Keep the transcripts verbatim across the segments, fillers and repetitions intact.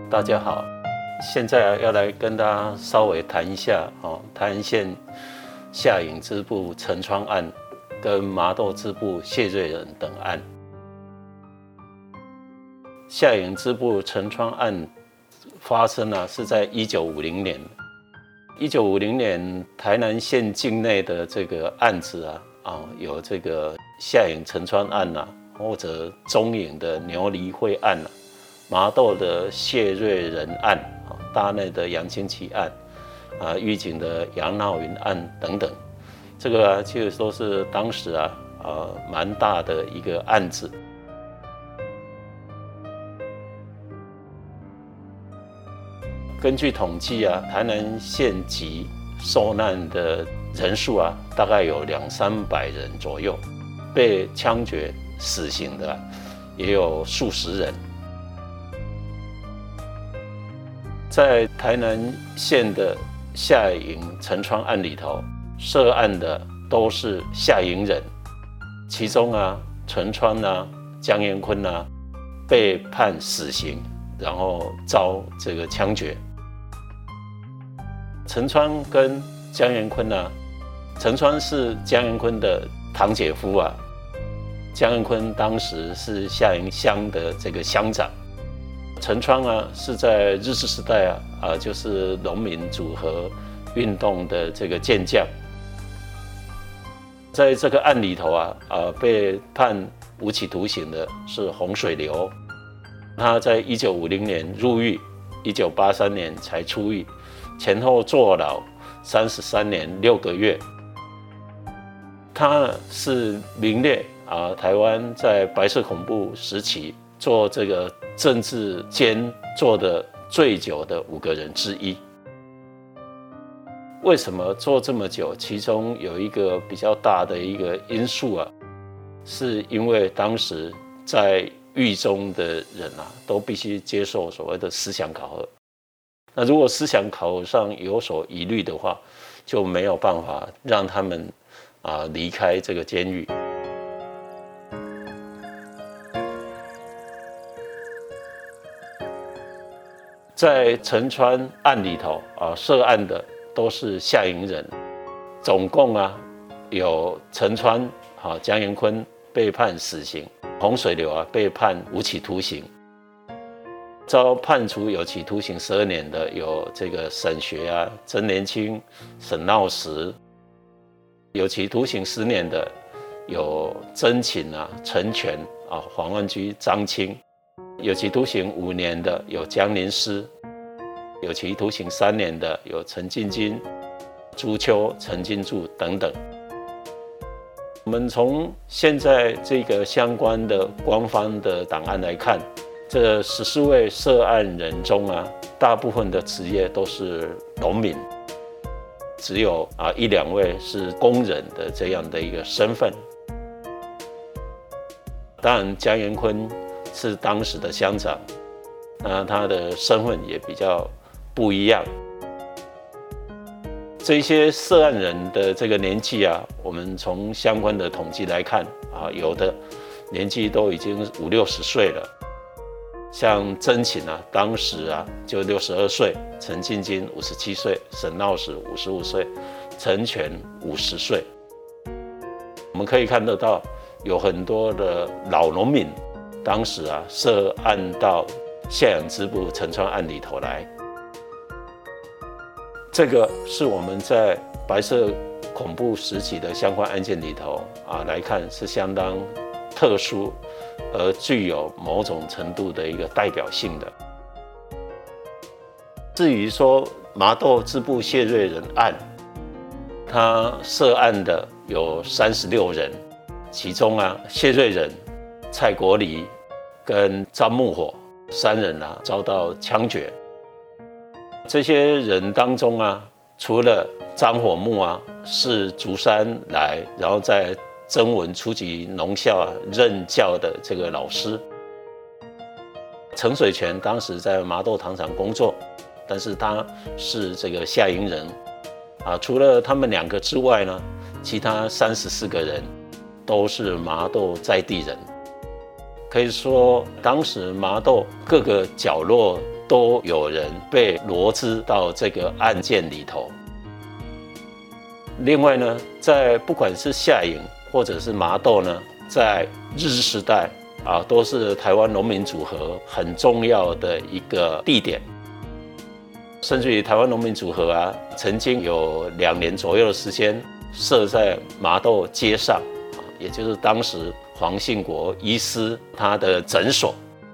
大家好，现在要来跟大家稍微谈一下哦，台南县下营支部陈川案跟麻豆支部谢瑞仁等案。下营支部陈川案发生啊，是在一九五零年。一九五零年，台南县境内的这个案子啊，啊有这个下营陈川案啊，或者中营的牛犁会案啊。麻豆的谢瑞仁案、大内的杨清奇案、啊玉井的杨闹云案等等，这个啊，其实都是当时啊呃蛮大的一个案子。根据统计啊，台南县级受难的人数啊，大概有两三百人左右，被枪决死刑的、啊、也有数十人。在台南县的下营陈川案里头，涉案的都是下营人，其中啊，陈川啊、江延坤啊，被判死刑，然后遭这个枪决。陈川跟江延坤啊，陈川是江延坤的堂姐夫啊，江延坤当时是下营乡的这个乡长。陈川啊，是在日治时代啊，啊就是农民组合运动的这个健将。在这个案里头啊，啊被判无期徒刑的是洪水流，他在一九五零年入狱，一九八三年才出狱，前后坐牢三十三年六个月。他是名列啊台湾在白色恐怖时期做这个政治监做的最久的五个人之一。为什么做这么久？其中有一个比较大的一个因素啊，是因为当时在狱中的人啊，都必须接受所谓的思想考核。那如果思想考核上有所疑虑的话，就没有办法让他们啊离开这个监狱。在陈川案里头啊，涉案的都是下营人，总共啊有陈川啊、江延坤被判死刑，洪水流啊被判无期徒刑。遭判处有期徒刑十二年的有这个沈学啊、曾连清、沈闹时；有期徒刑十年的有曾勤啊、陈全啊、黄万居、张清；有期徒刑五年的有江宁师；有期徒刑三年的有陈进金、朱秋、陈金柱等等。我们从现在这个相关的官方的档案来看，这十四位涉案人中啊，大部分的职业都是农民，只有啊一两位是工人的这样的一个身份。当然，江延坤是当时的乡长，那他的身份也比较不一样。这些涉案人的这个年纪啊，我们从相关的统计来看啊，有的年纪都已经五六十岁了。像曾勤啊，当时啊就六十二岁，陈进金五十七岁，沈闹时五十五岁，陈全五十岁。我们可以看得到，有很多的老农民，当时啊涉案到下营支部陈川案里头来。这个是我们在白色恐怖时期的相关案件里头啊来看，是相当特殊，而具有某种程度的一个代表性的。至于说麻豆支部谢瑞仁案，他涉案的有三十六人，其中啊谢瑞仁、蔡国礼跟张木火三人啊遭到枪决。这些人当中啊，除了张火木啊是竹山来，然后在曾文初级农校啊任教的这个老师，陈水泉当时在麻豆糖厂工作，但是他是这个下营人啊。除了他们两个之外呢，其他三十四个人都是麻豆在地人。可以说，当时麻豆各个角落都有人被罗织到这个案件里头。另外呢，在不管是夏营或者是麻豆呢，在日治时代啊，都是台湾农民组合很重要的一个地点。甚至于台湾农民组合啊，曾经有两年左右的时间设在麻豆街上啊，也就是当时黄信国医师他的诊所。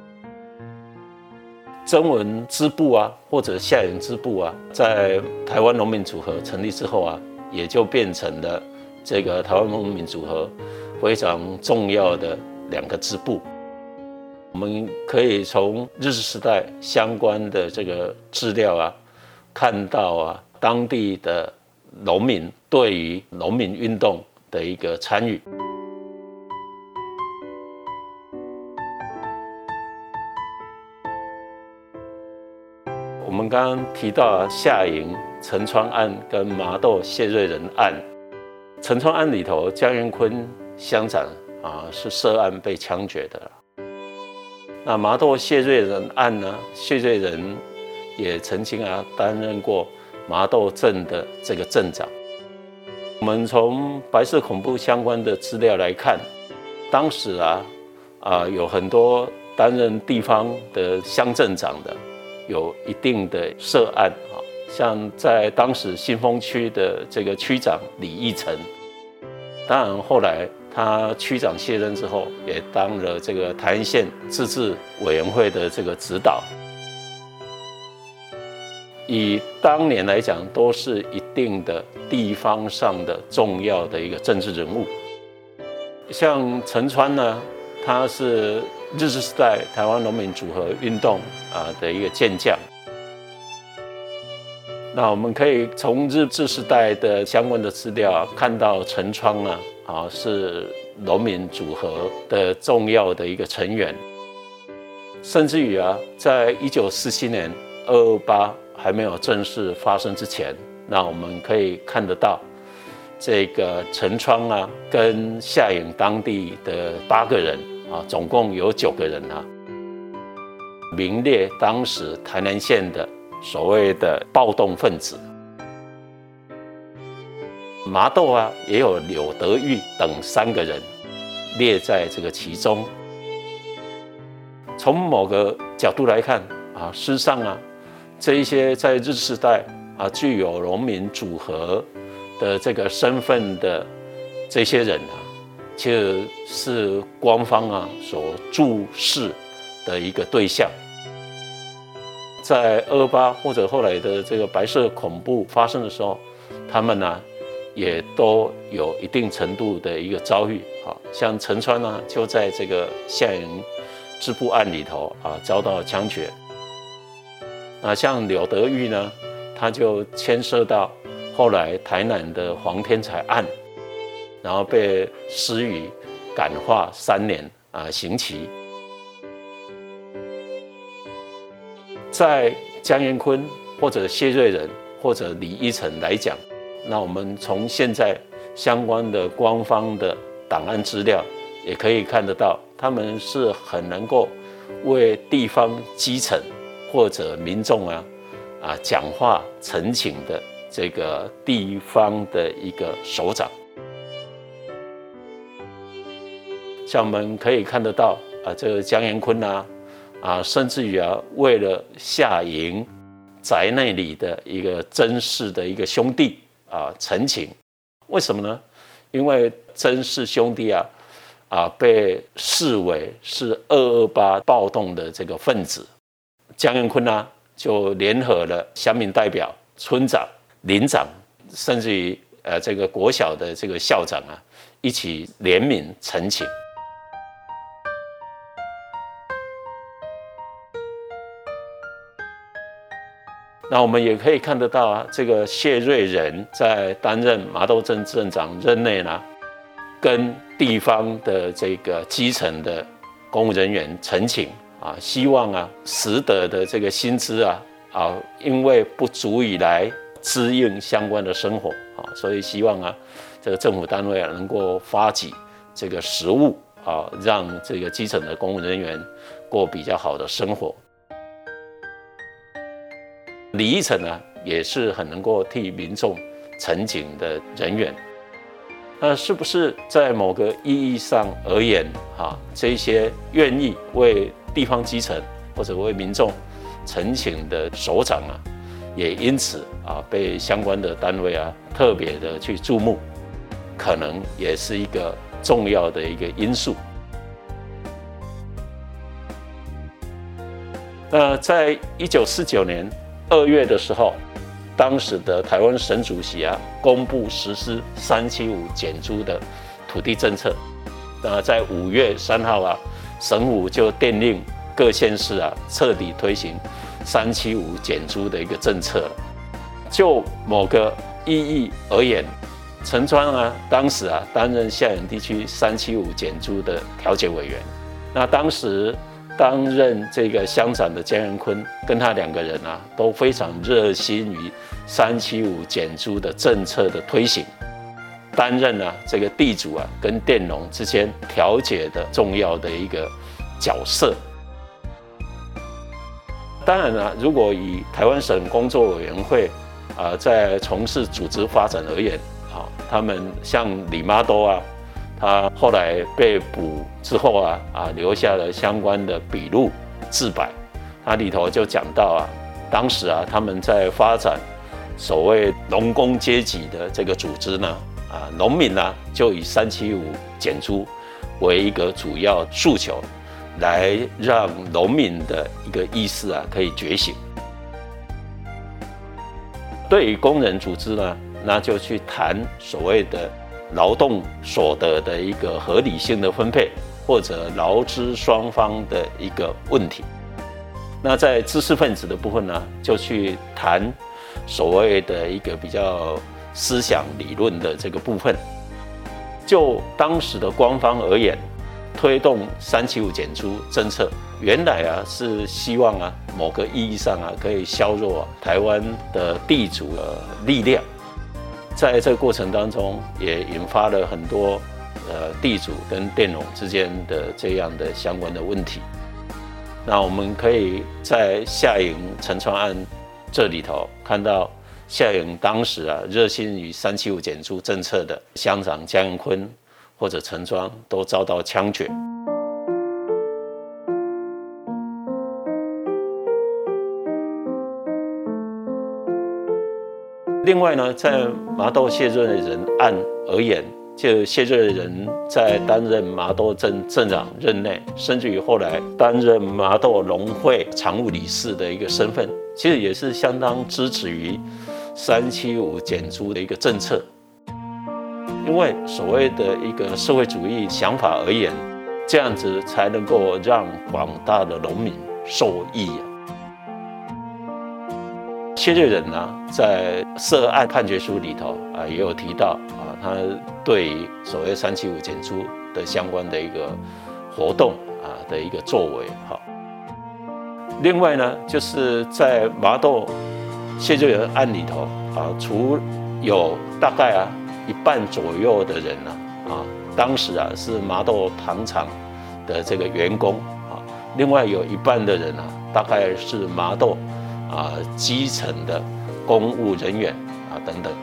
曾文支部啊，或者夏营支部啊，在台湾农民组合成立之后啊，也就变成了这个台湾农民组合非常重要的两个支部。我们可以从日治时代相关的这个资料啊，看到啊，当地的农民对于农民运动的一个参与。我们刚刚提到啊，夏营陈川案跟麻豆谢瑞仁案。陈川案里头，江元坤乡长啊是涉案被枪决的。那麻豆谢瑞仁案呢，谢瑞仁也曾经啊担任过麻豆镇的这个镇长。我们从白色恐怖相关的资料来看，当时啊啊有很多担任地方的乡镇长的，有一定的涉案啊，像在当时新丰区的这个区长李义成，当然后来他区长卸任之后，也当了这个台南县自治委员会的这个指导。以当年来讲，都是一定的地方上的重要的一个政治人物。像陈川呢，他是日治时代台湾农民组合运动啊的一个健将。那我们可以从日治时代的相关的资料啊，看到陈川啊啊是农民组合的重要的一个成员，甚至于啊，在一九四七年二二八还没有正式发生之前，那我们可以看得到这个陈川啊跟夏营当地的八个人啊，总共有九个人啊，名列当时台南县的所谓的暴动分子。麻豆啊，也有柳德裕等三个人列在这个其中。从某个角度来看啊，事实上啊，这一些在日治时代啊具有农民组合的这个身份的这些人啊，其实是官方啊所注视的一个对象。在二二八或者后来的这个白色恐怖发生的时候，他们呢、啊、也都有一定程度的一个遭遇。好像陈川呢、啊，就在这个夏营支部案里头啊遭到枪决。那像柳德裕呢，他就牵涉到后来台南的黄天才案，然后被施予感化三年啊刑期。在江元坤或者谢瑞仁或者李义成来讲，那我们从现在相关的官方的档案资料也可以看得到，他们是很能够为地方基层或者民众啊啊讲话陈情的这个地方的一个首长。像我们可以看得到啊，这个江元坤啊。啊，甚至于啊，为了夏营宅内里的一个曾氏的一个兄弟啊陈情，为什么呢？因为曾氏兄弟啊啊被视为是二二八暴动的这个分子，江元坤啊就联合了乡民代表、村长、邻长，甚至于呃这个国小的这个校长啊，一起联名陈情。那我们也可以看得到啊，这个谢瑞仁在担任麻豆镇镇长任内呢，跟地方的这个基层的公务人员陈情啊，希望啊实得的这个薪资啊啊，因为不足以来支应相关的生活啊，所以希望啊这个政府单位啊能够发给这个食物啊，让这个基层的公务人员过比较好的生活。 李义成呢，也是很能够替民众陈情的人员。那是不是在某个意义上而言，啊，这些愿意为地方基层或者为民众陈情的首长啊，也因此啊被相关的单位啊特别的去注目，可能也是一个重要的一个因素。那在一九四九年二月的时候，当时的台湾省主席啊，公布实施三七五减租的土地政策。那在五月三号啊，省府就电令各县市啊，彻底推行三七五减租的一个政策了。就某个意义而言，陈川啊，当时啊担任下营地区三七五减租的调解委员。那当时担任这个乡长的江元坤，跟他两个人啊，都非常热心于三七五减租的政策的推行，担任啊这个地主啊跟佃农之间调解的重要的一个角色。当然啊，如果以台湾省工作委员会啊在从事组织发展而言，啊，他们像李妈多啊。他后来被捕之后啊，啊留下了相关的笔录自白，它里头就讲到啊，当时啊他们在发展所谓农工阶级的这个组织呢，啊农民呢就以三七五减租为一个主要诉求，来让农民的一个意识啊可以觉醒。对于工人组织呢，那就去谈所谓的劳动所得的一个合理性的分配，或者劳资双方的一个问题。那在知识分子的部分呢，就去谈所谓的一个比较思想理论的这个部分。就当时的官方而言，推动三七五减租政策，原来啊是希望啊某个意义上啊可以削弱、啊、台湾的地主的力量。在这个过程当中，也引发了很多呃地主跟佃农之间的这样的相关的问题。那我们可以在下营陈川案这里头看到，下营当时啊热心于三七五减租政策的乡长江元坤或者陈川都遭到枪决。另外呢，在麻豆谢瑞仁案而言，就谢瑞仁在担任麻豆镇镇长任内，甚至于后来担任麻豆农会常务理事的一个身份，其实也是相当支持于三七五减租的一个政策。因为所谓的一个社会主义想法而言，这样子才能够让广大的农民受益啊。谢瑞仁呢，在涉案判决书里头啊，也有提到啊，他对于所谓三七五减租的相关的一个活动啊的一个作为哈。另外呢，就是在麻豆谢瑞仁案里头啊，除有大概啊一半左右的人呢啊，当时啊是麻豆糖厂的这个员工啊，另外有一半的人啊，大概是麻豆啊，基层的公务人员啊等等，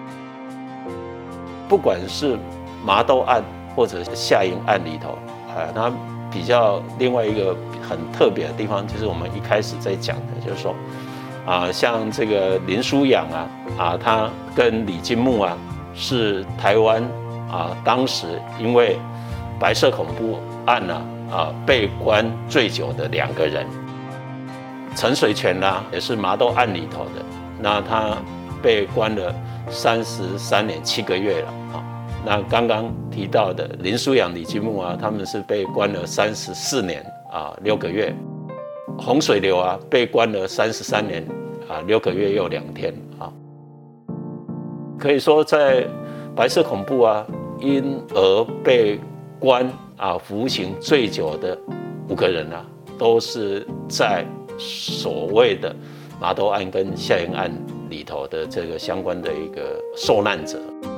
不管是麻豆案或者下营案里头啊，它比较另外一个很特别的地方，就是我们一开始在讲的，就是说啊，像这个林书扬啊啊，他跟李金木啊是台湾啊当时因为白色恐怖案啊啊被关最久的两个人。陈水泉啦、啊，也是麻豆案里头的，那他被关了三十三年七个月了啊。那刚刚提到的林书扬、李金木啊，他们是被关了三十四年啊六个月。洪水流啊，被关了三十三年啊六个月又两天啊。可以说，在白色恐怖啊，因而被关啊服刑最久的五个人啊，都是在所谓的麻豆案跟下营案里头的这个相关的一个受难者。